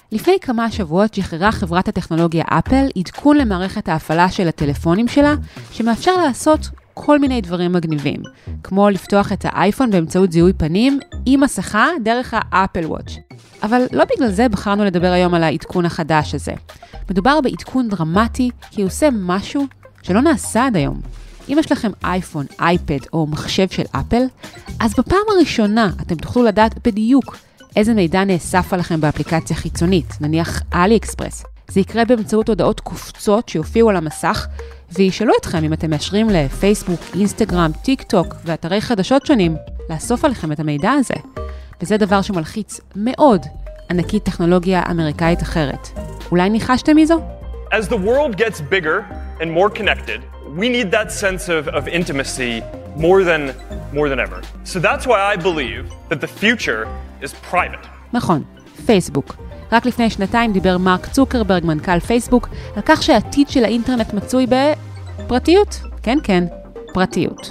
לפני כמה שבועות שחררה חברת הטכנולוגיה אפל עדכון למערכת ההפעלה של הטלפונים שלה, שמאפשר לעשות כל מיני דברים מגניבים, כמו לפתוח את האייפון באמצעות זיהוי פנים עם מסכה דרך האפל וואץ'. אבל לא בגלל זה בחרנו לדבר היום על העדכון החדש הזה. מדובר בעדכון דרמטי, כי הוא עושה משהו שלא נעשה עד היום. אם יש לכם אייפון, אייפד או מחשב של אפל, אז בפעם הראשונה אתם תוכלו לדעת בדיוק איזה מידע נאסף עליכם באפליקציה חיצונית, נניח אלי אקספרס. זה יקרה באמצעות הודעות קופצות שיופיעו על המסך, וישאלו אתכם אם אתם מאשרים לפייסבוק, אינסטגרם, טיק טוק ואתרי חדשות שונים לאסוף עליכם את המידע הזה. וזה דבר שמלחיץ מאוד ענקית טכנולוגיה אמריקאית אחרת. אולי ניחשתם מזו? As the world gets bigger and more connected, we need that sense of intimacy more than ever. So that's why I believe that the future is private. נכון, פייסבוק. רק לפני שנתיים דיבר מרק צוקרברג, מנכ"ל פייסבוק, על כך שהעתיד של האינטרנט מצוי בפרטיות. כן, כן, פרטיות.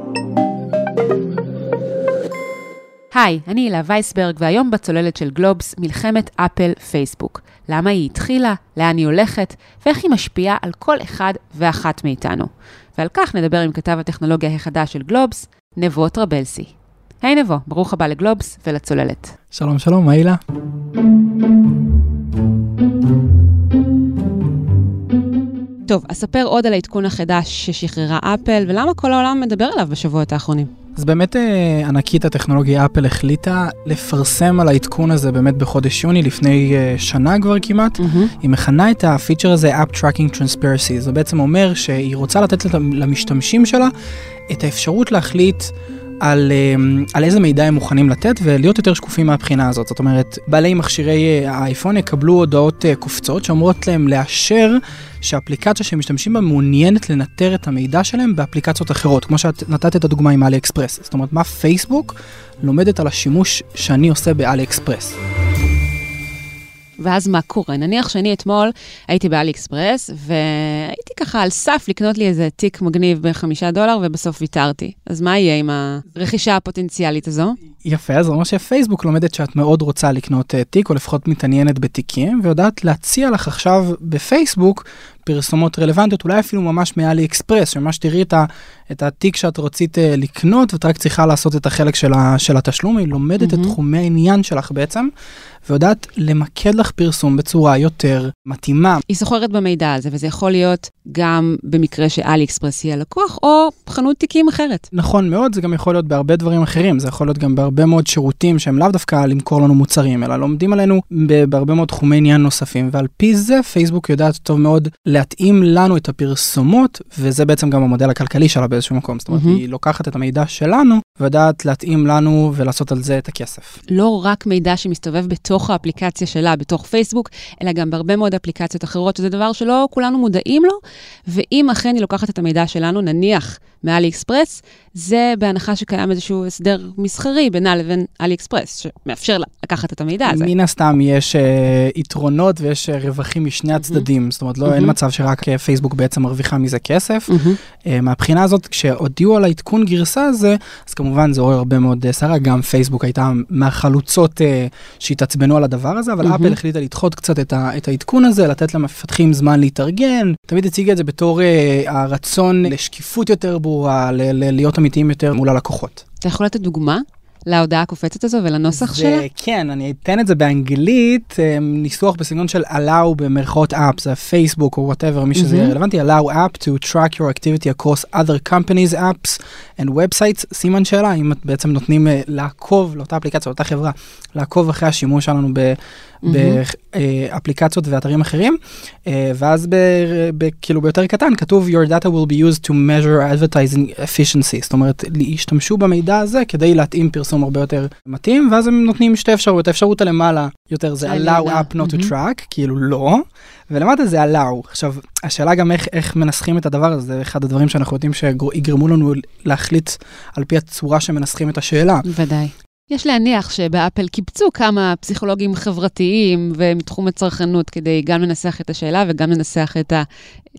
היי, אני הילה וייסברג, והיום בצוללת של גלובס מלחמת אפל פייסבוק. למה היא התחילה, לאן היא הולכת, ואיך היא משפיעה על כל אחד ואחת מאיתנו. ועל כך נדבר עם כתב הטכנולוגיה החדש של גלובס, נבו טרבלסי. היי נבו, ברוך הבא לגלובס ולצוללת. שלום שלום, מה הילה? טוב, אספר עוד על העדכון החדש ששחררה אפל, ולמה כל העולם מדבר עליו בשבועות האחרונים. אז באמת ענקית הטכנולוגיה אפל החליטה לפרסם על העדכון הזה באמת בחודש יוני, לפני שנה כבר כמעט. היא מכנה את הפיצ'ר הזה App Tracking Transparency. זה בעצם אומר שהיא רוצה לתת למשתמשים שלה את האפשרות להחליט על איזה מידע הם מוכנים לתת ולהיות יותר שקופים מהבחינה הזאת. זאת אומרת, בעלי מכשירי האייפון יקבלו הודעות קופצות שאומרות להם לאשר שהאפליקציה שהם משתמשים בה מעוניינת לנטר את המידע שלהם באפליקציות אחרות, כמו שאת נתת את הדוגמה עם אלי אקספרס. זאת אומרת, מה פייסבוק לומדת על השימוש שאני עושה באלי אקספרס. ואז מה קורה? נניח שאני אתמול הייתי באלי אקספרס, והייתי ככה על סף לקנות לי איזה תיק מגניב ב$5, ובסוף ויתרתי. אז מה יהיה עם הרכישה הפוטנציאלית הזו? יפה, אז אומר שפייסבוק לומדת שאת מאוד רוצה לקנות תיק, או לפחות מתעניינת בתיקים, ויודעת להציע לך עכשיו בפייסבוק פרסומות רלוונטיות, אולי אפילו ממש מאלי אקספרס, שממש תראי את התיק שאת רוצית לקנות, ואת רק צריכה לעשות את החלק של התשלום, היא לומדת את תחומי העניין שלך בעצם, ויודעת למקד לך פרסום בצורה יותר מתאימה. היא סוחרת במידע הזה, וזה יכול להיות גם במקרה שאלי אקספרס יהיה לקוח, או חנות תיקים אחרת. נכון מאוד, זה גם יכול להיות בהרבה דברים אחרים, זה יכול להיות גם בהרבה מאוד שירותים, שהם לאו דווקא למכור לנו מוצרים, אלא לומדים עלינו בהרבה מאוד תחומי עניין נוספים, ועל פי זה פייסבוק יודעת טוב מאוד להתאים לנו את הפרסומות, וזה בעצם גם המודל הכלכלי שלה באיזשהו מקום, זאת אומרת, היא לוקחת את המידע שלנו, ויודעת להתאים לנו ולעשות על זה את הכסף. לא רק מידע שמסתובב בתוך האפליקציה שלה, בתוך פייסבוק, אלא גם בהרבה מאוד אפליקציות אחרות, שזה דבר שלא כולנו מודעים לו, ואם אכן היא לוקחת את המידע שלנו, נניח מאלי אקספרס, זה בהנחה שקיים איזשהו הסדר מסחרי בינה לבין אלי אקספרס, שמאפשר לה לקחת את המידע הזה. מן הסתם יש יתרונות ויש רווחים משני הצדדים, זאת אומרת, אין מצב שרק פייסבוק בעצם מרוויחה מזה כסף. מהבחינה הזאת, כשהודיעו על העדכון גרסה הזה, אז כמובן זה עורר הרבה מאוד סערה, גם פייסבוק הייתה מהחלוצות שהתעצבנו על הדבר הזה, אבל אפל החליטה לדחות קצת את העדכון הזה, לתת למפתחים זמן להתארגן, תמיד הציגה את זה בתור הרצון לשקיפות יותר ברורה, להיות אמיתיים יותר מול הלקוחות. אתה יכול לתת דוגמה להודעה הקופצת הזו ולנוסח שלה? כן, אני אתן את זה באנגלית, ניסוח בסגנון של allow במרכאות app, זה פייסבוק או whatever, מי שזה רלוונטי, allow app to track your activity across other companies, apps and websites, סימן שאלה, אם בעצם נותנים לעקוב לאותה אפליקציה, לאותה חברה, לעקוב אחרי השימוש שלנו באפליקציות ואתרים אחרים, ואז כאילו ביותר קטן, כתוב your data will be used to measure advertising efficiency, זאת אומרת, להשתמשו במידע הזה כדי להתאים פרסום הרבה יותר מתאים, ואז הם נותנים שתי אפשרויות, האפשרות הלמעלה יותר זה allow app not to track, כאילו לא, ולמטה זה allow. עכשיו, השאלה גם איך מנסחים את הדבר הזה, זה אחד הדברים שאנחנו יודעים שיגרמו לנו להחליט על פי הצורה שמנסחים את השאלה. ודאי. יש להניח שבאפל קיבצו כמה פסיכולוגים חברתיים ומתחום הצרכנות כדי גם לנסח את השאלה וגם לנסח את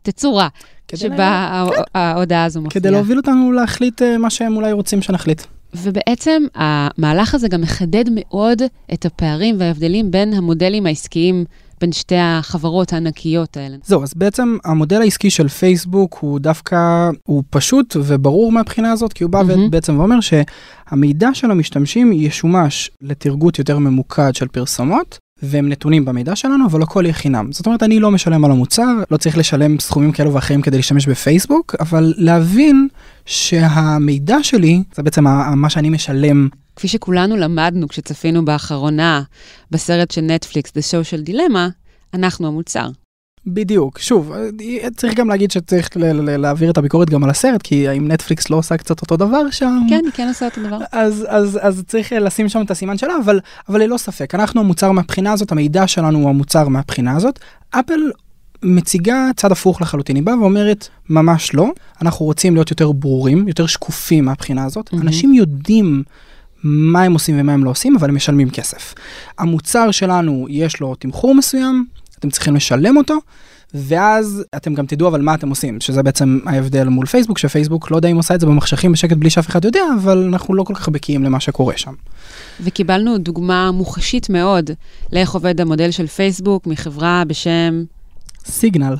הצורה שבה ההודעה הזו מופיעה. כדי להוביל אותנו להחליט מה שהם אולי רוצים שנחליט. ובעצם המהלך הזה גם מחדד מאוד את הפערים וההבדלים בין המודלים העסקיים בין שתי החברות הענקיות האלה. זהו, אז בעצם המודל העסקי של פייסבוק הוא דווקא, הוא פשוט וברור מהבחינה הזאת, כי הוא בא בעצם ואומר שהמידע של המשתמשים ישומש לתרגות יותר ממוקד של פרסומות, והם נתונים במידע שלנו, אבל הכל יהיה חינם. זאת אומרת, אני לא משלם על המוצר, לא צריך לשלם סכומים כאלו ואחרים כדי להשתמש בפייסבוק, אבל להבין שהמידע שלי, זה בעצם מה שאני משלם. כפי שכולנו למדנו כשצפינו באחרונה בסרט של נטפליקס, The Social Dilemma, אנחנו המוצר. בדיוק. שוב, צריך גם להגיד שצריך להעביר את הביקורת גם על הסרט, כי האם נטפליקס לא עושה קצת אותו דבר שם? כן, היא כן עושה אותו דבר. אז צריך לשים שם את הסימן שלה, אבל ללא ספק, אנחנו המוצר מהבחינה הזאת, המידע שלנו הוא המוצר מהבחינה הזאת. אפל מציגה צד הפוך לחלוטין, היא באה ואומרת, ממש לא, אנחנו רוצים להיות יותר ברורים, יותר שקופים מהבחינה הזאת. אנשים יודעים מה הם עושים ומה הם לא עושים, אבל הם משלמים כסף. המוצר שלנו יש לו תמחור מסוים, אתם צריכים לשלם אותו, ואז אתם גם תדעו אבל מה אתם עושים, שזה בעצם ההבדל מול פייסבוק, שפייסבוק לא יודע אם עושה את זה במחשכים בשקט בלי שאף אחד יודע, אבל אנחנו לא כל כך בקיאים למה שקורה שם. וקיבלנו דוגמה מוחשית מאוד לאיך עובד המודל של פייסבוק מחברה בשם סיגנל.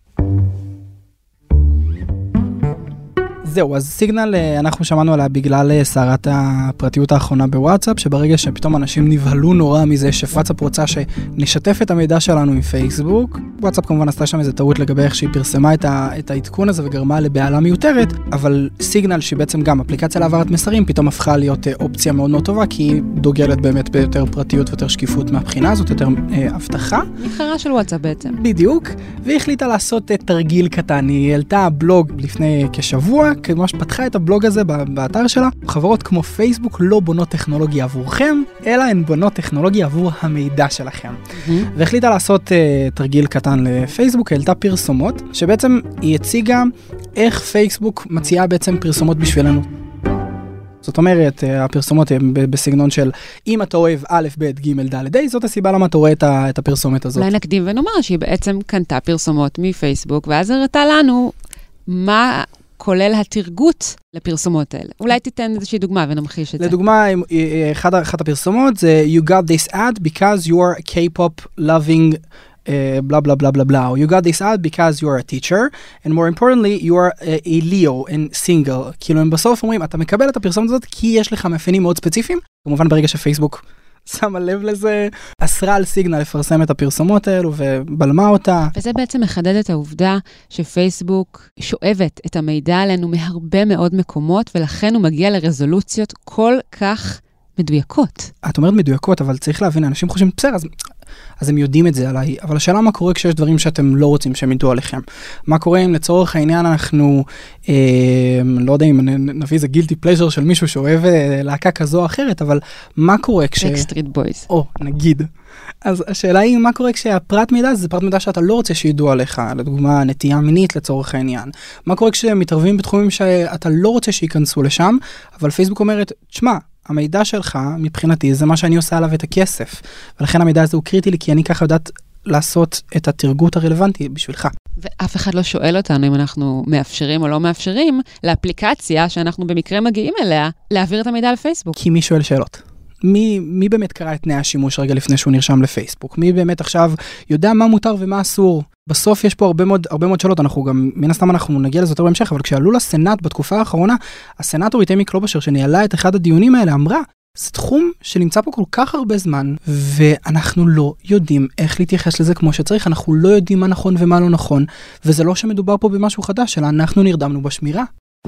זהו, אז סיגנל, אנחנו שמענו עליה בגלל סערת הפרטיות האחרונה בוואטסאפ, שברגע שפתאום אנשים נבהלו נורא מזה שוואטסאפ רוצה שנשתף את המידע שלנו עם פייסבוק. וואטסאפ כמובן עשתה שם איזו טעות לגבי איך שהיא פרסמה את העדכון הזה וגרמה לבעלה מיותרת, אבל סיגנל שהיא בעצם גם אפליקציה להעברת מסרים, פתאום הפכה להיות אופציה מאוד מאוד טובה, כי היא דוגלת באמת ביותר פרטיות ויותר שקיפות מהבחינה הזאת, יותר הבטחה. מתחרה של וואטסאפ בעצם. בדיוק, והיא החליטה לעשות תרגיל קטן. היא העלתה בלוג לפני כשבוע, ממש פתחה את הבלוג הזה באתר שלה. חברות כמו פייסבוק לא בונות טכנולוגיה עבורכם, אלא הן בונות טכנולוגיה עבור המידע שלכם. והחליטה לעשות תרגיל קטן לפייסבוק, העלתה פרסומות, שבעצם היא הציגה איך פייסבוק מציעה בעצם פרסומות בשבילנו. זאת אומרת, הפרסומות הן בסגנון של אם אתה אוהב א', ב', ג', ד', ה', זאת הסיבה למה אתה רואה את הפרסומת הזאת. אולי נקדים ונאמר שהיא בעצם קנתה פרסומות מפייסבוק, ואז הראתה לנו מה כולל התרגות לפרסומות האלה. אולי תיתן איזושהי דוגמה ונמחיש את זה. לדוגמה, אחת הפרסומות זה You got this ad because you are a K-pop loving blah blah blah blah blah. You got this ad because you are a teacher, and more importantly, you are a Leo and single. כאילו הם בסוף אומרים, אתה מקבל את הפרסומת הזאת כי יש לך מאפיינים מאוד ספציפיים. כמובן ברגע שפייסבוק שמה לב לזה, אסרה על סיגנל לפרסם את הפרסומות האלו ובלמה אותה. וזה בעצם מחדד את העובדה שפייסבוק שואבת את המידע עלינו מהרבה מאוד מקומות, ולכן הוא מגיע לרזולוציות כל כך מדויקות. את אומרת מדויקות, אבל צריך להבין, אנשים חושבים, בסדר, אז הם יודעים את זה עליי, אבל השאלה מה קורה כשיש דברים שאתם לא רוצים שהם ידעו עליכם. מה קורה אם לצורך העניין אנחנו, לא יודע אם נביא איזה גילטי פלז'ר של מישהו שאוהב להקה כזו או אחרת, אבל מה קורה Backstreet Boys. או, נגיד. אז השאלה היא מה קורה כשהפרט מידע, זה פרט מידע שאתה לא רוצה שידעו עליך, לדוגמה נטייה מינית לצורך העניין. מה קורה כשמתערבים בתחומים שאתה לא רוצה שיכנסו לשם, אבל פייסבוק אומרת, תשמע, המידע שלך, מבחינתי, זה מה שאני עושה עליו את הכסף. ולכן המידע הזה הוא קריטי לי, כי אני ככה יודעת לעשות את התרגות הרלוונטי בשבילך. ואף אחד לא שואל אותנו אם אנחנו מאפשרים או לא מאפשרים לאפליקציה שאנחנו במקרה מגיעים אליה, להעביר את המידע לפייסבוק. כי מי שואל שאלות? מי באמת קרא את תנאי השימוש רגע לפני שהוא נרשם לפייסבוק? מי באמת עכשיו יודע מה מותר ומה אסור? בסוף יש פה הרבה מאוד שאלות, אנחנו גם, מן הסתם אנחנו נגיע לזה יותר בהמשך, אבל כשעלו לסנאט בתקופה האחרונה, הסנאטורית אמי קלובשר שניהלה את אחד הדיונים האלה אמרה, זה תחום שנמצא פה כל כך הרבה זמן, ואנחנו לא יודעים איך להתייחס לזה כמו שצריך, אנחנו לא יודעים מה נכון ומה לא נכון, וזה לא שמדובר פה במשהו חדש, אלא אנחנו נרדמנו בשמירה.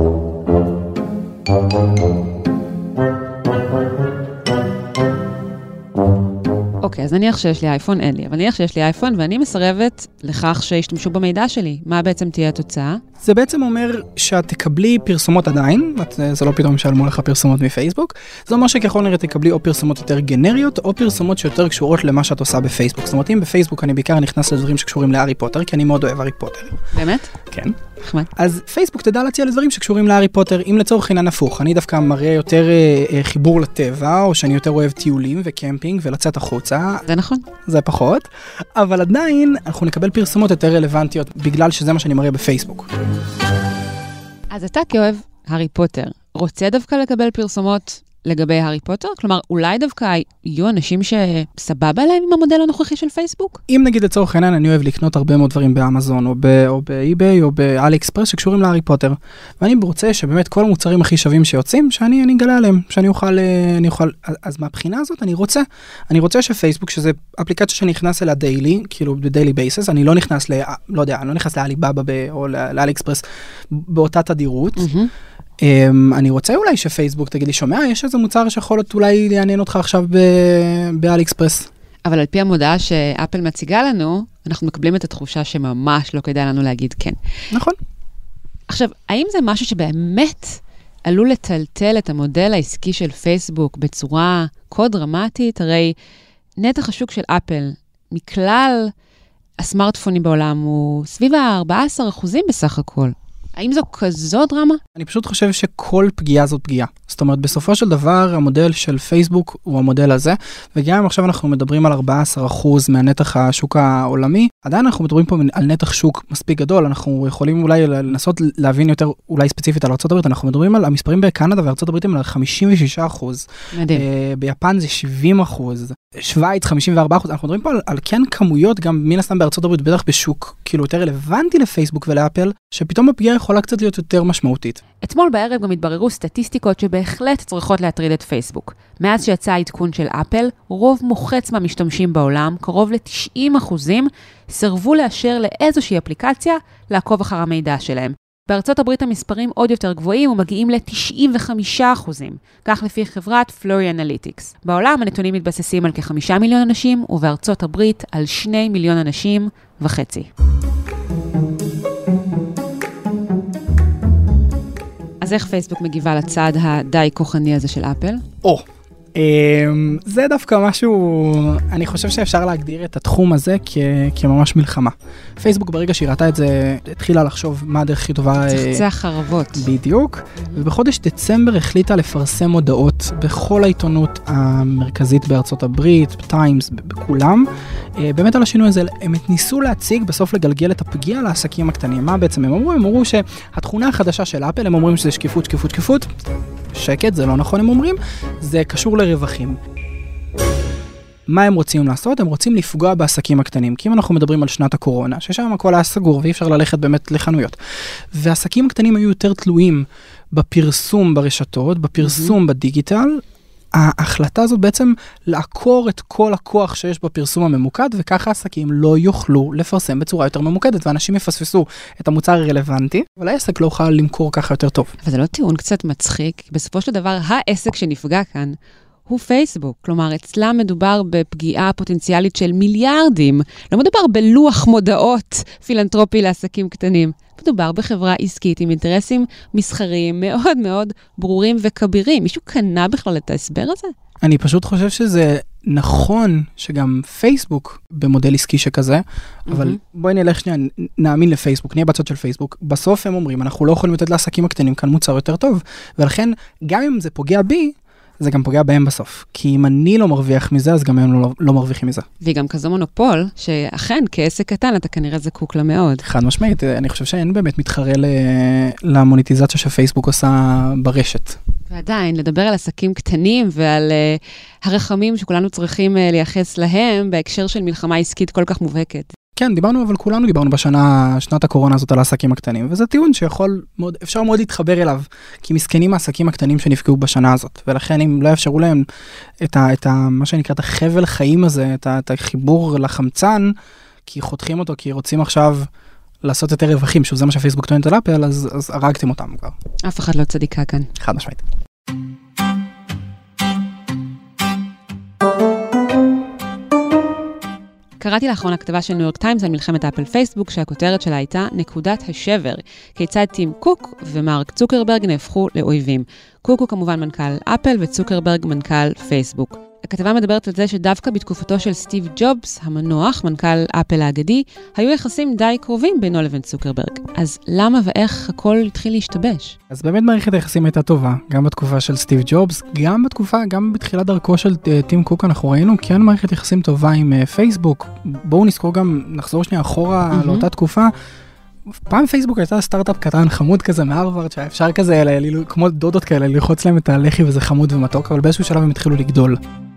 אוקיי, אז נניח שיש לי אייפון, אין לי, אבל נניח שיש לי אייפון ואני מסרבת לכך שישתמשו במידע שלי. מה בעצם תהיה התוצאה? זה בעצם אומר שאת תקבלי פרסומות עדיין, זה לא פתאום שלמו לך פרסומות מפייסבוק, זה אומר שככל נראה תקבלי או פרסומות יותר גנריות, או פרסומות שיותר קשורות למה שאת עושה בפייסבוק. זאת אומרת, אם בפייסבוק אני בעיקר נכנס לדברים שקשורים להארי פוטר, כי אני מאוד אוהב הארי פוטר. באמת? כן. נחמד. אז פייסבוק תדע להציע לדברים שקשורים להארי פוטר, אם לצורך עניין הפוך, אני דווקא מראה יותר חיבור לטבע, או שאני יותר אוהב טיולים וקמפינג ולצאת החוצה. זה נכון. זה פחות, אבל עדיין אנחנו נקבל פרסומות יותר רלוונטיות, בגלל שזה מה שאני מראה בפייסבוק. אז אתה כאוהב הארי פוטר, רוצה דווקא לקבל פרסומות לגבי הארי פוטר? כלומר, אולי דווקא יהיו אנשים שסבבה להם עם המודל הנוכחי של פייסבוק? אם נגיד לצורך העניין, אני אוהב לקנות הרבה מאוד דברים באמזון, או באיביי, או באלי אקספרס, שקשורים להארי פוטר. ואני רוצה שבאמת כל המוצרים הכי שווים שיוצאים, שאני אגלה עליהם, שאני אוכל, אז מהבחינה הזאת אני רוצה שפייסבוק, שזה אפליקציה שנכנס אליה דיילי, כאילו בדיילי בייסס, אני לא נכנס לא יודע, אני לא נכנס לאלי בבא או לאלי אקספרס באותה תדירות. אני רוצה אולי שפייסבוק תגיד לי, שומע, יש איזה מוצר שיכול להיות אולי לעניין אותך עכשיו באלי אקספרס. אבל על פי המודעה שאפל מציגה לנו, אנחנו מקבלים את התחושה שממש לא כדאי לנו להגיד כן. נכון. עכשיו, האם זה משהו שבאמת עלול לטלטל את המודל העסקי של פייסבוק בצורה כה דרמטית? הרי נתח השוק של אפל מכלל הסמארטפונים בעולם הוא סביב 14% בסך הכל. האם זו כזו דרמה? אני פשוט חושב שכל פגיעה זאת פגיעה. זאת אומרת, בסופו של דבר, המודל של פייסבוק הוא המודל הזה, וגם אם עכשיו אנחנו מדברים על 14% מהנתח השוק העולמי, עדיין אנחנו מדברים פה על נתח שוק מספיק גדול, אנחנו יכולים אולי לנסות להבין יותר, אולי ספציפית על ארצות הברית, אנחנו מדברים על המספרים בקנדה וארצות הברית הם על 56%. מדהים. ביפן זה 70%, שוויץ 54%, אנחנו מדברים פה על כן כמויות, גם מן הסתם בארצות הברית בטח בשוק, כאילו יותר רלוונטי לפייסבוק ולאפל, שפתאום הפגיעה יכולה קצת להיות יותר משמעותית. אתמול בערב גם התבררו סטטיסטיקות שבהחלט צריכות להטריד את פייסבוק. מאז שיצא העדכון של אפל, רוב מוחץ מהמשתמשים בעולם, קרוב ל-90%, סרבו לאשר לאיזושהי אפליקציה לעקוב אחר המידע שלהם. בארצות הברית המספרים עוד יותר גבוהים ומגיעים ל-95%, כך לפי חברת פלורי אנליטיקס. בעולם הנתונים מתבססים על כ5 מיליון אנשים, ובארצות הברית על 2 מיליון אנשים וחצי. אז איך פייסבוק מגיבה לצעד הדי כוחני הזה של אפל? זה דווקא משהו, אני חושב שאפשר להגדיר את התחום הזה כממש מלחמה. פייסבוק ברגע שהיא ראתה את זה, התחילה לחשוב מה הדרך הכי טובה. צחצח חרבות. בדיוק. ובחודש דצמבר החליטה לפרסם הודעות בכל העיתונות המרכזית בארצות הברית, טיימס, בכולם. באמת על השינוי הזה, הם ניסו להציג, בסוף לגלגל את הפגיעה לעסקים הקטנים. מה בעצם הם אמרו? הם אמרו שהתכונה החדשה של אפל, הם אומרים שזה שקיפות, שקיפות, שקיפות. שקט, זה לא נכון, הם אומרים. זה קשור לרווחים. מה הם רוצים לעשות? הם רוצים לפגוע בעסקים הקטנים. כי אם אנחנו מדברים על שנת הקורונה, ששם הכל היה סגור ואי אפשר ללכת באמת לחנויות. והעסקים הקטנים היו יותר תלויים בפרסום ברשתות, בפרסום בדיגיטל. ההחלטה הזאת בעצם לעקור את כל הכוח שיש בפרסום הממוקד, וככה העסקים לא יוכלו לפרסם בצורה יותר ממוקדת, ואנשים יפספסו את המוצר הרלוונטי, אבל העסק לא יוכל למכור ככה יותר טוב. אבל זה לא טיעון קצת מצחיק, בסופו של דבר העסק שנפגע כאן הוא פייסבוק, כלומר אצלם מדובר בפגיעה פוטנציאלית של מיליארדים, לא מדובר בלוח מודעות פילנטרופי לעסקים קטנים, מדובר בחברה עסקית עם אינטרסים מסחריים מאוד מאוד ברורים וכבירים. מישהו קנה בכלל את ההסבר הזה? אני פשוט חושב שזה נכון שגם פייסבוק במודל עסקי שכזה, אבל בואי נלך שנייה, נאמין לפייסבוק, נהיה בצד של פייסבוק. בסוף הם אומרים, אנחנו לא יכולים לתת לעסקים הקטנים כאן מוצר יותר טוב, ולכן גם אם זה פוגע בי, זה גם פוגע בהם בסוף. כי אם אני לא מרוויח מזה, אז גם הם לא מרוויחים מזה. והיא גם כזו מונופול, שאכן, כעסק קטן, אתה כנראה זקוק לה מאוד. חד משמעית, אני חושב שאין באמת מתחרה למוניטיזציה שפייסבוק עושה ברשת. ועדיין, לדבר על עסקים קטנים ועל הרחמים שכולנו צריכים לייחס להם, בהקשר של מלחמה עסקית כל כך מובהקת. כן, דיברנו, אבל כולנו דיברנו שנת הקורונה הזאת על העסקים הקטנים, וזה טיעון אפשר מאוד להתחבר אליו, כי מסכנים העסקים הקטנים שנפגעו בשנה הזאת, ולכן אם לא יאפשרו להם מה שנקרא, את החבל חיים הזה, את החיבור לחמצן, כי חותכים אותו, כי רוצים עכשיו לעשות יותר רווחים, שזה מה שפייסבוק טוענת על אפל, אז הרגתם אותם כבר. אף אחד לא צדיקה כאן. חד משמעית. קראתי לאחרונה כתבה של ניו יורק טיימס על מלחמת אפל פייסבוק, שהכותרת שלה הייתה נקודת השבר. כיצד טים קוק ומרק צוקרברג נהפכו לאויבים. קוק הוא כמובן מנכ"ל אפל וצוקרברג מנכ"ל פייסבוק. הכתבה מדברת על זה שדווקא בתקופתו של סטיב ג'ובס, המנוח, מנכ"ל אפל האגדי, היו יחסים די קרובים בינו לבין צוקרברג. אז למה ואיך הכל התחיל להשתבש? אז באמת מערכת היחסים הייתה טובה, גם בתקופה של סטיב ג'ובס, גם בתחילת דרכו של טים קוק אנחנו ראינו, כן מערכת יחסים טובה עם פייסבוק. בואו נזכור גם, נחזור שנייה אחורה לאותה תקופה, פעם פייסבוק הייתה סטארט-אפ קטן חמוד כזה מהרווארד, שאפשר כזה, כמו דודות כאלה, ללחוץ להם את הלחי וזה חמוד ומתוק, אבל באיזשהו שלב הם התחילו לגדול.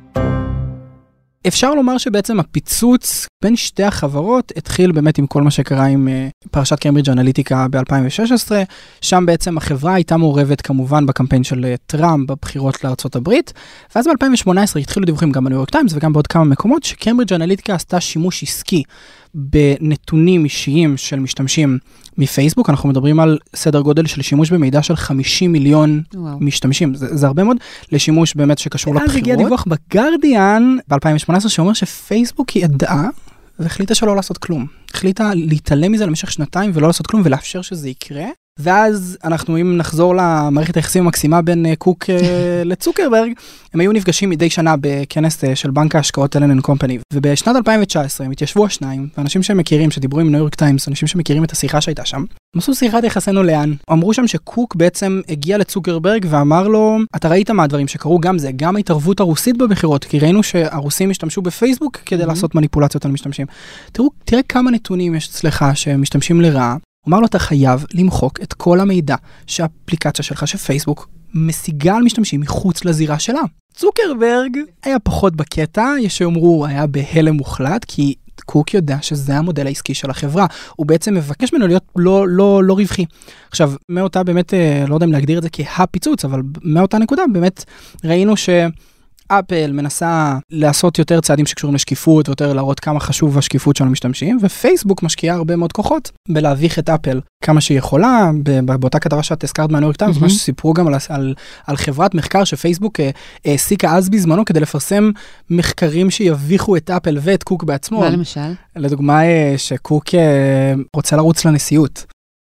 אפשר לומר שבעצם הפיצוץ בין שתי החברות התחיל באמת עם כל מה שקרה עם פרשת קיימברידג' אנליטיקה ב-2016, שם בעצם החברה הייתה מעורבת כמובן בקמפיין של טראמפ בבחירות לארצות הברית, ואז ב-2018 התחילו דיווחים גם בניו יורק טיימס וגם בעוד כמה מקומות שקיימברידג' אנליטיקה עשתה שימוש עסקי בנתונים אישיים של משתמשים מפייסבוק, אנחנו מדברים על סדר גודל של שימוש במידע של 50 מיליון משתמשים, זה הרבה מאוד לשימוש באמת שקשור לבחירות. אז הגיע דיווח בגרדיאן ב-2018 שאומר שפייסבוק ידעה והחליטה שלא לעשות כלום. החליטה להתעלם מזה למשך שנתיים ולא לעשות כלום ולאפשר שזה יקרה. ואז אנחנו, אם נחזור למערכת היחסים המקסימה בין קוק לצוקרברג, הם היו נפגשים מדי שנה בכנס של בנק ההשקעות אלן אנד קומפני, ובשנת 2019 הם התיישבו השניים, ואנשים שמכירים, שדיברו עם ניו יורק טיימס, אנשים שמכירים את השיחה שהייתה שם, הם עשו שיחת יחסנו לאן. אמרו שם שקוק בעצם הגיע לצוקרברג ואמר לו, אתה ראית מה הדברים שקרו, גם זה, גם ההתערבות הרוסית בבחירות, כי ראינו שהרוסים השתמשו בפייסבוק כדי לעשות מניפולציות על משתמשים. תראה כמה נתונים יש אצלך שמשתמשים לרעה. אומר לו, אתה חייב למחוק את כל המידע שהאפליקציה שלך, שפייסבוק, משיגה על משתמשים מחוץ לזירה שלה. צוקרברג היה פחות בקטע, יש שאומרו, היה בהלם מוחלט, כי קוק יודע שזה המודל העסקי של החברה. הוא בעצם מבקש ממנו להיות לא רווחי. עכשיו, מאותה באמת, לא יודע אם להגדיר את זה כהפיצוץ, אבל מאותה נקודה באמת ראינו אפל מנסה לעשות יותר צעדים שקשורים לשקיפות, ויותר להראות כמה חשוב השקיפות של המשתמשים, ופייסבוק משקיעה הרבה מאוד כוחות בלהביך את אפל כמה שהיא יכולה, באותה כתבה שאת הזכרת מהניו יורק טיימס, מה שסיפרו גם על חברת מחקר שפייסבוק העסיקה אז בזמנו, כדי לפרסם מחקרים שיביכו את אפל ואת קוק בעצמו. מה למשל? לדוגמה שקוק רוצה לרוץ לנשיאות.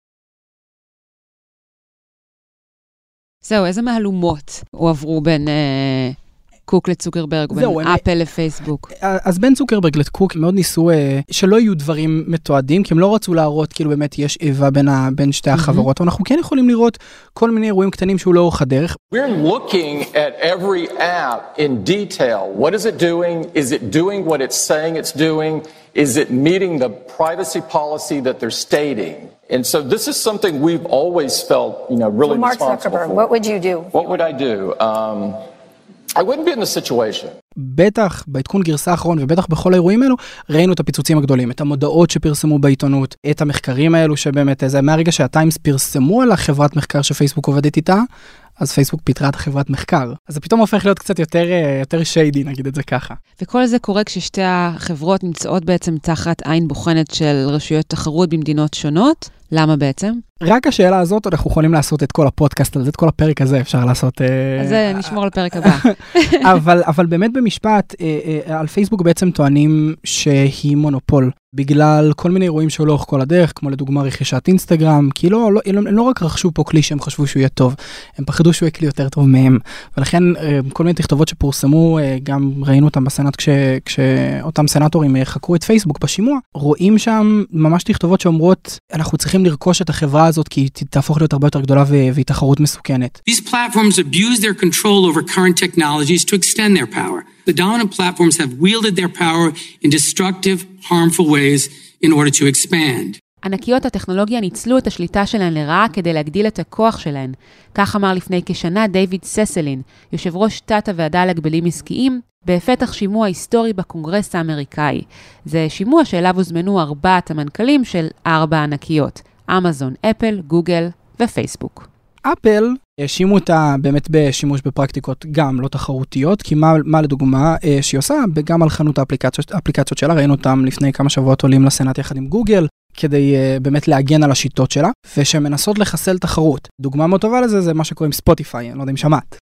זהו, איזה מהלומות הועברו בין קוק לצוקרברג, בין אפל לפייסבוק. אז בין צוקרברג לקוק מאוד ניסו שלא יהיו דברים מתועדים, כי הם לא רצו להראות כאילו באמת יש איבה בין שתי החברות, אבל אנחנו כן יכולים לראות כל מיני אירועים קטנים שהוא לאורך הדרך. We're looking at every app in detail. What is it doing? Is it doing what it's saying it's doing? Is it meeting the privacy policy that they're stating? And so this is something we've always felt, really Mark responsible Zuckerberg, for. what would you do? What would I do? I wouldn't be in the situation. בטח בעדכון גרסה האחרון ובטח בכל האירועים האלו ראינו את הפיצוצים הגדולים, את המודעות שפרסמו בעיתונות, את המחקרים האלו שבאמת זה מהרגע שהטיימס פרסמו על החברת מחקר שפייסבוק עובדת איתה, אז פייסבוק פיתרה את החברת מחקר. אז זה פתאום הופך להיות קצת יותר שיידי, נגיד את זה ככה. וכל זה קורה כששתי החברות נמצאות בעצם תחת עין בוחנת של רשויות תחרות במדינות שונות. למה בעצם? רק השאלה הזאת, אנחנו יכולים לעשות את כל הפודקאסט הזה, את כל הפרק הזה אפשר לעשות. אז זה נשמור לפרק הבא. אבל באמת במשפט, על פייסבוק בעצם טוענים שהיא מונופול, בגלל כל מיני אירועים שהיו לאורך כל הדרך, כמו לדוגמה רכישת אינסטגרם, כי הם לא רק רכשו פה כלי שהם חשבו שהוא יהיה טוב, הם פחדו שהוא יהיה כלי יותר טוב מהם, ולכן כל מיני תכתובות שפורסמו, גם ראינו אותם בסנאט כשאותם סנאטורים חקרו את פייסבוק בשימוע, רואים שם ממש תכתובות שאומרות, אנחנו צריכים לרכוש את החברה הזאת, כי היא תהפוך להיות הרבה יותר גדולה והיא תחרות מסוכנת. These platforms abuse their control over current technologies to extend their power. The dominant platforms have wielded their power in destructive, harmful ways in order to expand. ענקיות הטכנולוגיה ניצלו את השליטה שלהן לרעה כדי להגדיל את הכוח שלהן. כך אמר לפני כשנה דיוויד ססלין, יושב ראש תת הוועדה להגבלים עסקיים, בפתח שימוע היסטורי בקונגרס האמריקאי. זה שימוע שאליו הוזמנו 4 המנכ"לים של 4 ענקיות, אמזון, אפל, גוגל ופייסבוק. אפל האשימו אותה באמת בשימוש בפרקטיקות גם לא תחרותיות, כי מה לדוגמה שהיא עושה, גם על חנות האפליקציות שלה, ראינו אותם לפני כמה שבועות עולים לסנאט יחד עם גוגל, כדי באמת להגן על השיטות שלה, ושמנסות לחסל תחרות. דוגמה מאוד טובה לזה זה מה שקוראים ספוטיפיי, אני לא יודע אם שמעת.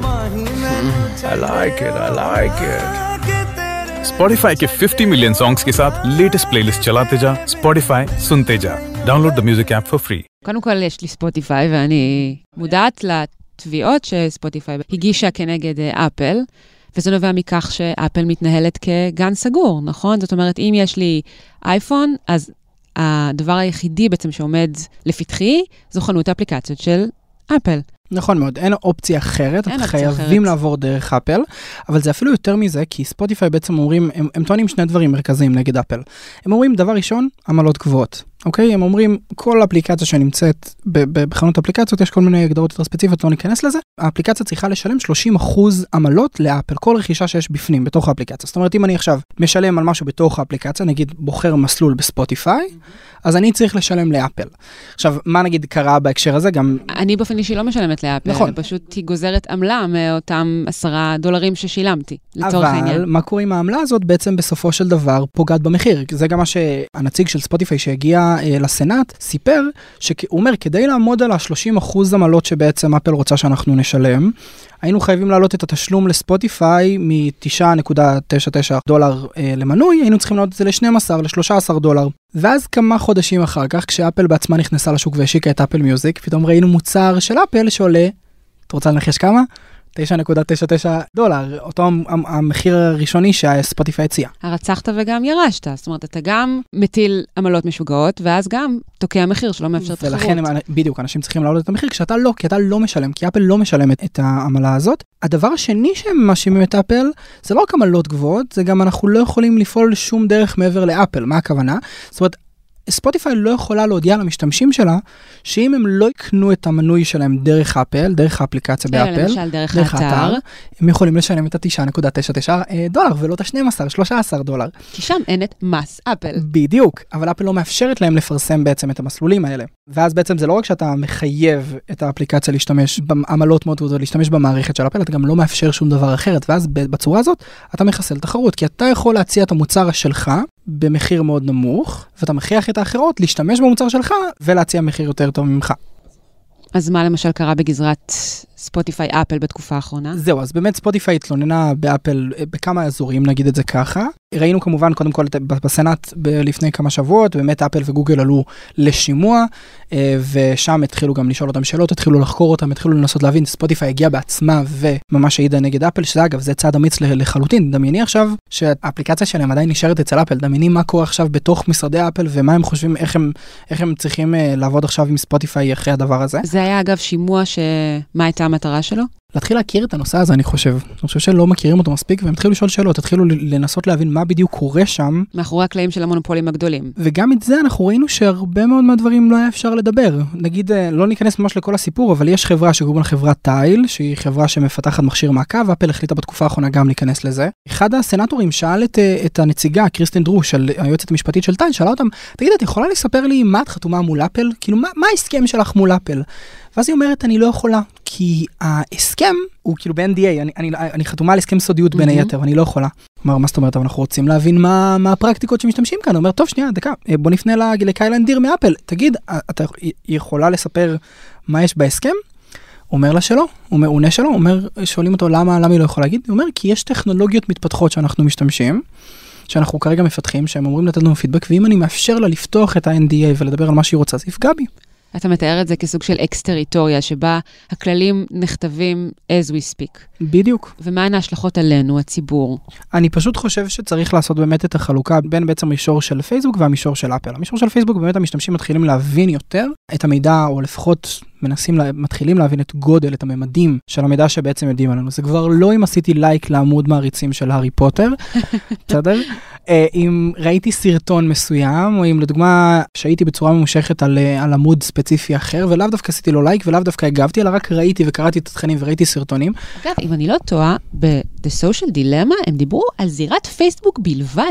I like it. Spotify के 50 मिलियन सॉन्ग्स के साथ लेटेस्ट प्लेलिस्ट चलाते जा, Spotify सुनते जा. Download the music app for free. קודם כל יש לי ספוטיפיי ואני מודעת לתביעות שספוטיפיי הגישה כנגד אפל, וזה נובע מכך שאפל מתנהלת כגן סגור, נכון? זאת אומרת, אם יש לי אייפון, אז הדבר היחידי בעצם שעומד לפתחי, זו חנות האפליקציות של אפל. נכון מאוד, אין אופציה אחרת, אתם חייבים לעבור דרך אפל, אבל זה אפילו יותר מזה, כי ספוטיפיי בעצם אומרים, הם טוענים 2 דברים מרכזיים נגד אפל. הם אומרים, דבר ראשון, עמלות גבוהות. אוקיי? הם אומרים, כל אפליקציה שנמצאת בחנות אפליקציות, יש כל מיני הגדרות יותר ספציפיות, לא ניכנס לזה. האפליקציה צריכה לשלם 30% עמלות לאפל, כל רכישה שיש בפנים, בתוך האפליקציה. זאת אומרת, אם אני עכשיו משלם על משהו בתוך האפליקציה, נגיד בוחר מסלול בספוטיפיי, אז אני צריך לשלם לאפל. עכשיו, מה נגיד קרה בהקשר הזה? גם... אני באופן אישי לא משלמת לאפל, נכון. פשוט היא גוזרת עמלה מאותם $10 ששילמתי, לצורך העניין. אבל מה קורה עם העמלה הזאת? בעצם בסופו של דבר פוגעת במחיר. זה גם מה שהנציג של ספוטיפיי שהגיע לסנאט סיפר, שהוא אומר, כדי לעמוד על ה-30% עמלות שבעצם אפל רוצה שאנחנו נשלם, היינו חייבים להעלות את התשלום לספוטיפיי מ$9.99 למנוי, היינו צריכים להעלות את זה ל$12, ל$13. ואז כמה חודשים אחר כך, כשאפל בעצמה נכנסה לשוק והשיקה את אפל מיוזיק, פתאום ראינו מוצר של אפל שעולה, אתה רוצה לנחש כמה? $9.99, אותו המחיר הראשוני שהספוטיפיי הציע. הרצחת וגם ירשת, זאת אומרת, אתה גם מטיל עמלות משוגעות, ואז גם תוקע מחיר שלא מאפשר תחרות. ולכן בדיוק, אנשים צריכים להעלות את המחיר, כשאתה לא, כי אתה לא משלם, כי אפל לא משלמת את העמלה הזאת. הדבר השני שהם מאשימים את אפל, זה לא רק עמלות גבוהות, זה גם אנחנו לא יכולים לפעול שום דרך מעבר לאפל. מה הכוונה? זאת אומרת, ספוטיפיי לא יכולה להודיע למשתמשים שלה, שאם הם לא יקנו את המנוי שלהם דרך אפל, דרך האפליקציה באפל, למשל דרך האתר, הם יכולים לשלם את $9.99 ולא את $12, $13. כי שם אין את מס אפל. בדיוק, אבל אפל לא מאפשרת להם לפרסם בעצם את המסלולים האלה. ואז בעצם זה לא רק שאתה מחייב את האפליקציה להשתמש בעמלות מאוד גדולות, להשתמש במערכת של אפל, אתה גם לא מאפשר שום דבר אחרת, ואז בצורה הזאת אתה מחסל תחרות, כי אתה יכול להציע את המוצר שלך במחיר מאוד נמוך, ואתה מכריח את האחרות להשתמש במוצר שלך ולהציע מחיר יותר טוב ממך. אז מה למשל קרה בגזרת ספוטיפיי אפל בתקופה האחרונה? זהו, אז באמת ספוטיפיי התלוננה באפל בכמה אזורים, נגיד את זה ככה. ראינו כמובן קודם כל בסנאט לפני כמה שבועות, באמת אפל וגוגל עלו לשימוע, ושם התחילו גם לשאול אותם שאלות, התחילו לחקור אותם, התחילו לנסות להבין, ספוטיפיי הגיע בעצמה וממש העידה נגד אפל, שזה אגב, זה צעד אמיץ לחלוטין. דמייני עכשיו שהאפליקציה שלהם עדיין נשארת אצל אפל, דמייני מה קורה עכשיו בתוך משרדי אפל, ומה הם חושבים, איך הם צריכים לעבוד עכשיו עם ספוטיפיי אחרי הדבר הזה. זה היה אגב שימוע מה הייתה המטרה שלו? להתחיל להכיר את הנושא הזה, אני חושב שלא מכירים אותו מספיק, והם התחילו לשאול שאלות, התחילו לנסות להבין מה בדיוק קורה שם. מאחורי הקלעים של המונופולים הגדולים. וגם את זה אנחנו ראינו שהרבה מאוד מהדברים לא היה אפשר לדבר. נגיד, לא ניכנס ממש לכל הסיפור, אבל יש חברה שקוראים לה חברת טייל, שהיא חברה שמפתחת מכשיר מעקב, אפל החליטה בתקופה האחרונה גם להיכנס לזה. אחד הסנטורים שאל את הנציגה, קריסטין דרו, של היועצת המשפטית של טייל, שאלה אותם, תגיד, את יכולה לספר לי מה את חתומה מול אפל? כאילו, מה ההסכם שלך מול אפל? ואז היא אומרת, אני לא יכולה, כי ההסכם הוא כאילו ב-NDA, אני חתומה על הסכם סודיות בין היתר, ואני לא יכולה. מה זאת אומרת, אבל אנחנו רוצים להבין מה הפרקטיקות שמשתמשים כאן. הוא אומר, טוב, שנייה, דקה, בוא נפנה לקיילן דיר מאפל. תגיד, אתה יכולה לספר מה יש בהסכם? הוא אומר לה שלא, הוא עונה שלא, שואלים אותו למה היא לא יכולה להגיד? הוא אומר, כי יש טכנולוגיות מתפתחות שאנחנו משתמשים, שאנחנו כרגע מפתחים, שהם אומרים לתת לנו פידבק, ואם אני מאפשר לה לפתוח את ה-NDA ולדבר על מה שהיא רוצה, זה יפגע בי. אתה מתאר את זה כסוג של אקס-טריטוריה, שבה הכללים נכתבים as we speak. בדיוק. ומהן ההשלכות עלינו, הציבור? אני פשוט חושב שצריך לעשות באמת את החלוקה בין בעצם המישור של פייסבוק והמישור של אפל. המישור של פייסבוק באמת המשתמשים מתחילים להבין יותר את המידע, או לפחות מתחילים להבין את גודל, את הממדים של המידע שבעצם יודעים עלינו. זה כבר לא אם עשיתי לייק לעמוד מעריצים של הארי פוטר, בסדר? אם ראיתי סרטון מסוים, או אם לדוגמה שהייתי בצורה ממושכת על עמוד ספציפי אחר, ולאו דווקא עשיתי לו לייק, ולאו דווקא הגבתי, אלא רק ראיתי וקראתי את התכנים וראיתי סרטונים. אגב, אם אני לא טועה, ב-The Social Dilemma הם דיברו על זירת פייסבוק בלבד.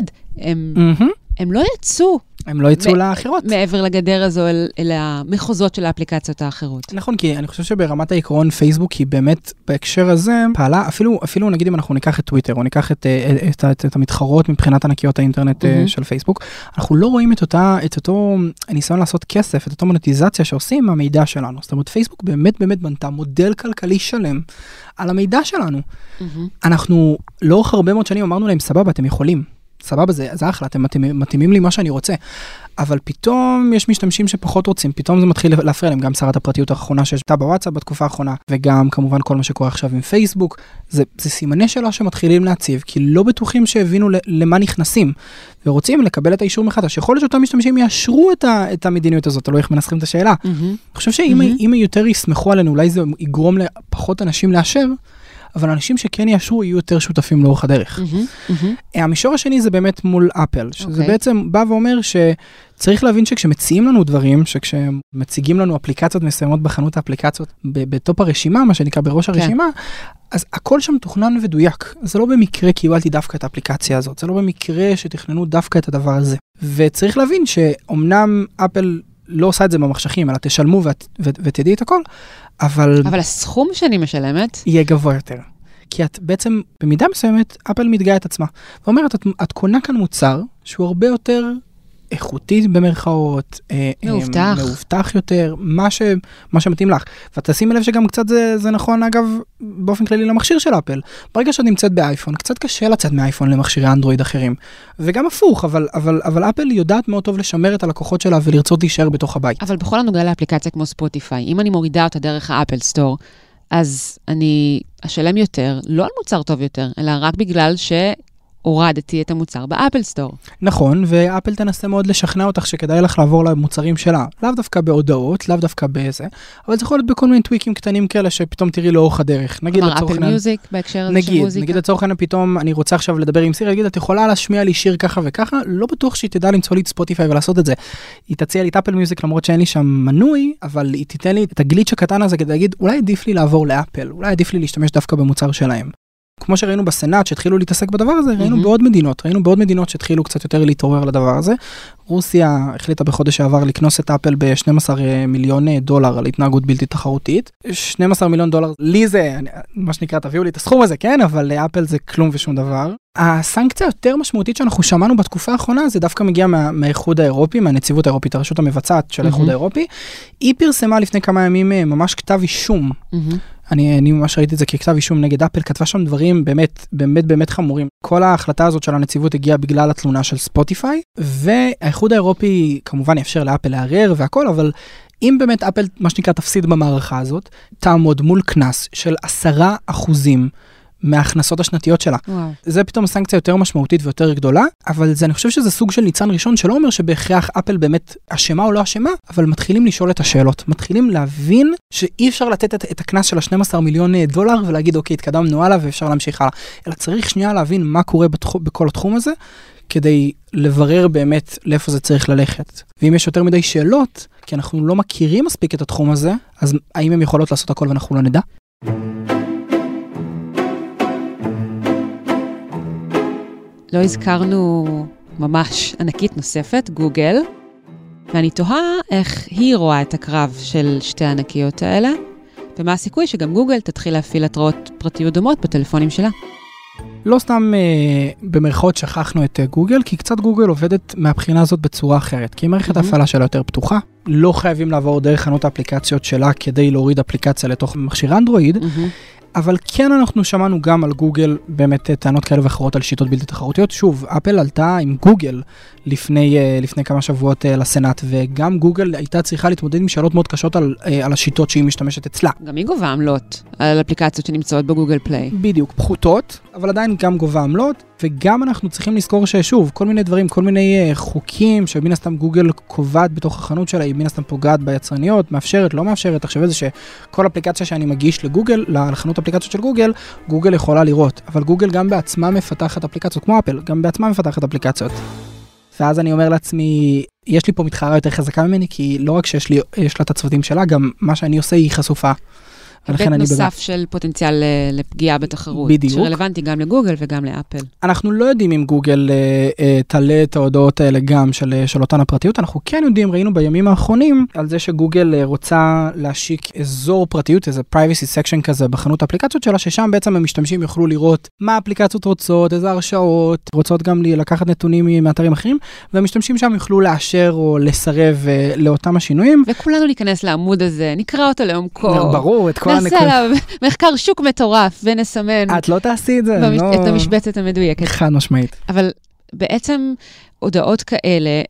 הם לא יצאו. הם לא יצאו לאחרות. מעבר לגדר הזו אל המחוזות של האפליקציות האחרות. נכון, כי אני חושב שברמת העיקרון פייסבוק היא באמת בהקשר הזה פעלה, אפילו נגיד אם אנחנו ניקח את טוויטר, או ניקח את המתחרות מבחינת ענקיות האינטרנט של פייסבוק, אנחנו לא רואים את אותו ניסיון לעשות כסף, את אותו מונטיזציה שעושים מהמידע שלנו. זאת אומרת, פייסבוק באמת בנתה מודל כלכלי שלם על המידע שלנו. אנחנו לאורך הרבה מאוד שנים אמרנו להם, סבבה, אתם יכולים. סבבה, זה אחלה, אתם מתאימים לי מה שאני רוצה. אבל פתאום יש משתמשים שפחות רוצים, פתאום זה מתחיל להפריע להם, גם שרת הפרטיות האחרונה שהייתה בוואטסאפ בתקופה האחרונה, וגם כמובן כל מה שקורה עכשיו עם פייסבוק, זה סימני שאלה שמתחילים להציב, כי לא בטוחים שהבינו למה נכנסים, ורוצים לקבל את האישור מחדש. יכול להיות שאותם משתמשים יאשרו את המדיניות הזאת, לא איך מנסחים את השאלה. אני חושב שאם יותר יסמכו עלינו, אולי זה יגרום לפחות אנשים לאשר, אבל אנשים שכן יאשרו יהיו יותר שותפים לאורך הדרך. המישור השני זה באמת מול אפל, שזה בעצם בא ואומר שצריך להבין שכשמציעים לנו דברים, שכשמציגים לנו אפליקציות מסוימות בחנות האפליקציות, בטופ הרשימה, מה שנקרא בראש הרשימה, אז הכל שם תוכנן ודויק. זה לא במקרה קיבלתי דווקא את האפליקציה הזאת, זה לא במקרה שתכננו דווקא את הדבר הזה. וצריך להבין שאומנם אפל לא עושה את זה במחשכים, אלא תשלמו ותדעי את הכל, אבל הסכום שאני משלמת יהיה גבוה יותר. כי את בעצם, במידה מסוימת, אפל מתגאה את עצמה. ואומרת, את קונה כאן מוצר שהוא הרבה יותר איכותי במרכאות, מאובטח יותר, מה שמתאים לך. ותשימי לב שגם קצת זה נכון, אגב, באופן כללי למכשיר של אפל. ברגע שאת נמצאת באייפון, קצת קשה לצאת מאייפון למכשירי אנדרואיד אחרים. וגם הפוך, אבל אפל יודעת מאוד טוב לשמר את הלקוחות שלה ולרצות להישאר בתוך הבית. אבל בכל הנוגע לאפליקציה כמו ספוטיפיי, אם אני מורידה אותה דרך האפל סטור, אז אני אשלם יותר, לא על מוצר טוב יותר, אלא רק בגלל הורדתי את המוצר באפל סטור. נכון, ואפל תנסה מאוד לשכנע אותך שכדאי לך לעבור למוצרים שלה. לאו דווקא בהודעות, לאו דווקא באיזה, אבל זה יכול להיות בכל מיני טוויקים קטנים כאלה שפתאום תראי לאורך הדרך. כלומר, אפל מיוזיק בהקשר הזה של מוזיקה. נגיד לצורך העניין פתאום אני רוצה עכשיו לדבר עם סירי, להגיד, את יכולה להשמיע לי שיר ככה וככה, לא בטוח שהיא תדע למצוא לי את ספוטיפיי ולעשות את זה. היא תציע לי את אפל מיוזיק למרות שאין לי שם מנוי, אבל היא תיתן לי את הגליץ' הקטן הזה כדי להגיד, אולי עדיף לי לעבור לאפל, אולי עדיף לי להשתמש דווקא במוצר שלהם. כמו שראינו בסנאט שהתחילו להתעסק בדבר הזה, ראינו בעוד מדינות שהתחילו קצת יותר להתעורר לדבר הזה. רוסיה החליטה בחודש שעבר לקנוס את אפל ב$12 מיליון על התנהגות בלתי תחרותית. $12 מיליון, לי זה, מה שנקרא, תביאו לי את הסכום הזה, כן? אבל לאפל זה כלום ושום דבר. הסנקציה יותר משמעותית שאנחנו שמענו בתקופה האחרונה, זה דווקא מגיע מהאיחוד האירופי, מהנציבות האירופית, הרשות המבצעת של האיחוד האירופי. היא פרסמה לפני כמה ימים ממש כתב אישום. אני ממש ראיתי את זה ככתב אישום נגד אפל, כתבה שם דברים באמת חמורים. כל ההחלטה הזאת של הנציבות הגיעה בגלל התלונה של ספוטיפיי, והאיחוד האירופי כמובן יאפשר לאפל לערער והכל, אבל אם באמת אפל, מה שנקרא, תפסיד במערכה הזאת, תעמוד מול קנס של 10% מההכנסות השנתיות שלה. וואו. זה פתאום סנקציה יותר משמעותית ויותר גדולה, אבל אני חושב שזה סוג של ניצן ראשון שלא אומר שבהכרח אפל באמת אשמה או לא אשמה, אבל מתחילים לשאול את השאלות. מתחילים להבין שאי אפשר לתת את הקנס של $12 מיליון ולהגיד, אוקיי, התקדמנו הלאה ואפשר להמשיך הלאה. אלא צריך שנייה להבין מה קורה בכל התחום הזה, כדי לברר באמת לאיפה זה צריך ללכת. ואם יש יותר מדי שאלות, כי אנחנו לא מכירים מספיק את התחום הזה, אז האם הם יכולות לעשות הכל ואנחנו לא נדע? לא הזכרנו ממש ענקית נוספת, גוגל, ואני תוהה איך היא רואה את הקרב של שתי הענקיות האלה, ומה הסיכוי שגם גוגל תתחיל להפעיל התראות פרטיות דומות בטלפונים שלה. לא סתם במרכאות שכחנו את גוגל, כי קצת גוגל עובדת מהבחינה הזאת בצורה אחרת, כי מערכת ההפעלה שלה יותר פתוחה, לא חייבים לעבור דרך חנות האפליקציות שלה כדי להוריד אפליקציה לתוך מכשיר אנדרואיד, אבל כן אנחנו שמענו גם על גוגל באמת טענות כאלה ואחרות על שיטות בלתי תחרותיות. שוב, אפל עלתה עם גוגל לפני כמה שבועות לסנאט, וגם גוגל הייתה צריכה להתמודד עם שאלות מאוד קשות על השיטות שהיא משתמשת אצלה. גם היא גובה עמלות על אפליקציות שנמצאות בגוגל פליי. בדיוק, פחותות, אבל עדיין גם גובה עמלות, וגם אנחנו צריכים לזכור ששוב, כל מיני דברים, כל מיני חוקים שמן הסתם גוגל קובעת בתוך החנות שלה, היא מן הסתם פוגעת ביצרניות, מאפשרת, לא מאפשרת. תחשב את זה שכל אפליקציה שאני מגיש לגוגל, לחנות אפליקציות של גוגל, גוגל יכולה לראות, אבל גוגל גם בעצמה מפתחת אפליקציות, כמו אפל, גם בעצמה מפתחת אפליקציות. ואז אני אומר לעצמי, יש לי פה מתחרה יותר חזקה ממני, כי לא רק שיש לה את הצוותים שלה, גם מה שאני עושה היא חשופה. היבט נוסף של פוטנציאל לפגיעה בתחרות, שרלוונטי גם לגוגל וגם לאפל. אנחנו לא יודעים אם גוגל תעלה את ההודעות האלה גם של אותן הפרטיות, אנחנו כן יודעים, ראינו בימים האחרונים, על זה שגוגל רוצה להשיק אזור פרטיות, איזה privacy section כזה בחנות האפליקציות שלה, ששם בעצם המשתמשים יוכלו לראות מה האפליקציות רוצות, איזה הרשאות, רוצות גם לקחת נתונים מאתרים אחרים, והמשתמשים שם יוכלו לאשר או לסרב לאותם השינויים. וכולנו להיכנס לעמוד הזה, נקרא אותו לעומקו. ברור, את כל נעשה עליו מחקר שוק מטורף ונסמן. את לא תעשי את זה. את המשבצת המדויקת. חד משמעית. אבל בעצם הודעות כאלה,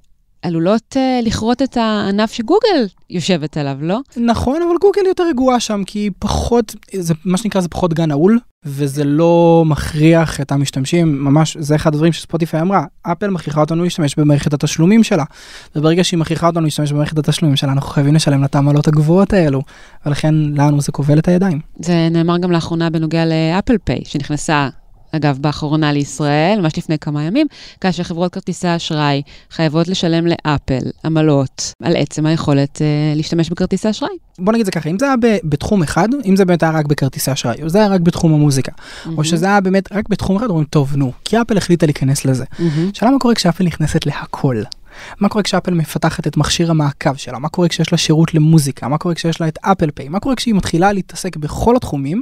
עלולות לכרות את הענף שגוגל יושבת עליו, לא? נכון, אבל גוגל יותר רגועה שם, כי פחות, זה, מה שנקרא, זה פחות גן נעול, וזה לא מכריח את המשתמשים, ממש, זה אחד הדברים שספוטיפיי אמרה, אפל מכריחה אותנו להשתמש במערכת התשלומים שלה, וברגע שהיא מכריחה אותנו להשתמש במערכת התשלומים שלה, אנחנו חייבים לשלם את העמלות הגבוהות האלו, ולכן לנו זה כובל את הידיים. זה נאמר גם לאחרונה בנוגע לאפל פיי, שנכנסה, אגב, באחרונה לישראל, ממש לפני כמה ימים, כאשר חברות כרטיסי אשראי חייבות לשלם לאפל עמלות על עצם היכולת להשתמש בכרטיסי אשראי. בוא נגיד זה ככה, אם זה היה בתחום אחד, אם זה באמת היה רק בכרטיסי אשראי, או זה היה רק בתחום המוזיקה, או שזה היה באמת רק בתחום אחד, אומרים, טוב, נו, כי אפל החליטה להיכנס לזה. שאלה מה קורה כשאפל נכנסת להכל? מה קורה כשאפל מפתחת את מכשיר המעקב שלה? מה קורה כשיש לה שירות למוזיקה? מה קורה כשיש לה את אפל פיי? מה קורה כשהיא מתחילה להתעסק בכל התחומים,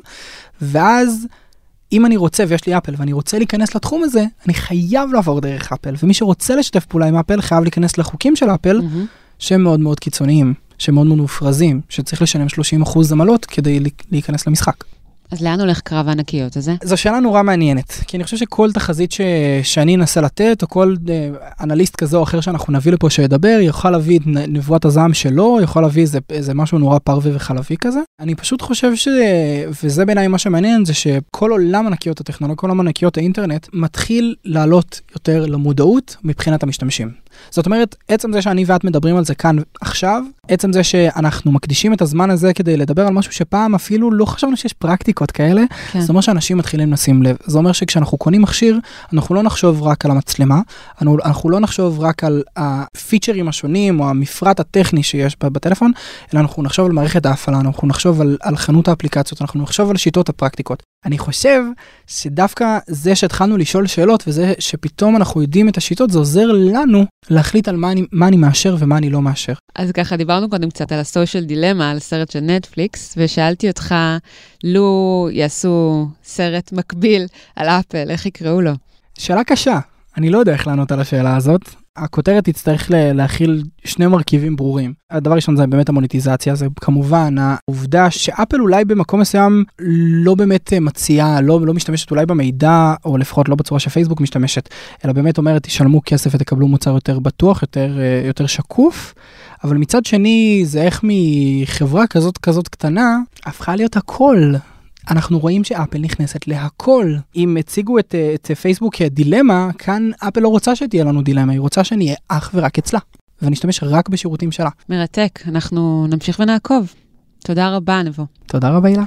ואז אם אני רוצה, ויש לי אפל, ואני רוצה להיכנס לתחום הזה, אני חייב לעבור דרך אפל, ומי שרוצה לשתף פעולה עם אפל, חייב להיכנס לחוקים של אפל, שהם מאוד מאוד קיצוניים, שהם מאוד מאוד מופרזים, שצריך לשלם 30% עמלות כדי להיכנס למשחק. אז לאן הולך קרב הענקיות הזה? זו שאלה נורא מעניינת, כי אני חושב שכל תחזית שאני אנסה לתת, או כל אנליסט כזה או אחר שאנחנו נביא לפה שידבר, יכול להביא את נבואת הזעם שלו, יכול להביא איזה משהו נורא פרווה וחלבי כזה. אני פשוט חושב וזה בעיניי מה שמעניין, זה שכל עולם ענקיות הטכנולוגיה, כל עולם ענקיות האינטרנט, מתחיל לעלות יותר למודעות מבחינת המשתמשים. זאת אומרת, עצם זה שאני ואת מדברים על זה כאן עכשיו, עצם זה שאנחנו מקדישים את הזמן הזה כדי לדבר על משהו שפעם אפילו לא חשבנו שיש פרקטיקות כאלה, כן. זאת אומרת שאנשים מתחילים לשים לב. זה אומר שכשאנחנו קונים מכשיר, אנחנו לא נחשוב רק על המצלמה, אנחנו לא נחשוב רק על הפיצ'רים השונים או המפרט הטכני שיש בטלפון, אלא אנחנו נחשוב על מערכת ההפעלה, אנחנו נחשוב על חנות האפליקציות, אנחנו נחשוב על שיטות הפרקטיקות. אני חושב שדווקא זה שהתחלנו לשאול שאלות, וזה שפתאום אנחנו יודעים את השיטות, זה עוזר לנו להחליט על מה אני מאשר ומה אני לא מאשר. אז ככה, דיברנו קודם קצת על הסושיאל דילמה, על סרט של נטפליקס, ושאלתי אותך, לו יעשו סרט מקביל על אפל, איך יקראו לו? שאלה קשה. אני לא יודע איך לענות על השאלה הזאת. הכותרת תצטרך להכיל שני מרכיבים ברורים. הדבר ראשון זה באמת המוניטיזציה, זה כמובן העובדה שאפל אולי במקום מסוים לא באמת מציעה, לא משתמשת אולי במידע, או לפחות לא בצורה שפייסבוק משתמשת, אלא באמת אומרת, תשלמו כסף ותקבלו מוצר יותר בטוח, יותר שקוף, אבל מצד שני זה איך מחברה כזאת קטנה, הפכה להיות הכל. אנחנו רואים שאפל נכנסת להכל. אם הציגו את פייסבוק כדילמה, כאן אפל לא רוצה שתהיה לנו דילמה, היא רוצה שנהיה אך ורק אצלה, ונשתמש רק בשירותים שלה. מרתק, אנחנו נמשיך ונעקוב. תודה רבה, נבו. תודה רבה, הילה.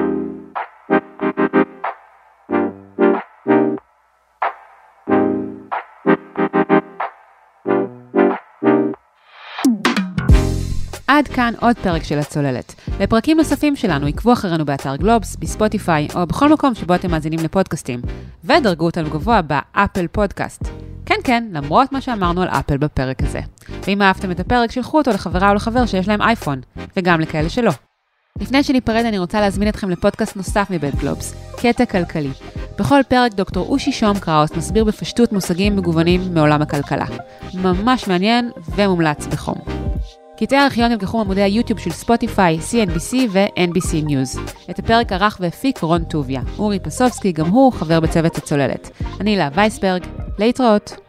עד כאן עוד פרק של הצוללת. לפרקים נוספים שלנו עקבו אחרינו באתר גלובס, בספוטיפיי או בכל מקום שבו אתם מאזינים לפודקאסטים. ודרגו אותנו גבוה באפל פודקאסט. כן, למרות מה שאמרנו על אפל בפרק הזה. ואם אהבתם את הפרק, שלחו אותו לחברה או לחבר שיש להם אייפון, וגם לכאלה שלא. לפני שניפרד אני רוצה להזמין אתכם לפודקאסט נוסף מבית גלובס, קטע כלכלי. בכל פרק דוקטור אושי שום קראוס מסביר בפשטות מושגים מגוונים מעולם הכלכלה. ממש מעניין ומומלץ בחום. קטעי הארכיון נלקחו מעמודי היוטיוב של ספוטיפיי, CNBC ו-NBC News. את הפרק ערך והפיק רון טוביה. אורי פסובסקי, גם הוא חבר בצוות הצוללת. אני לה וייסברג, להתראות.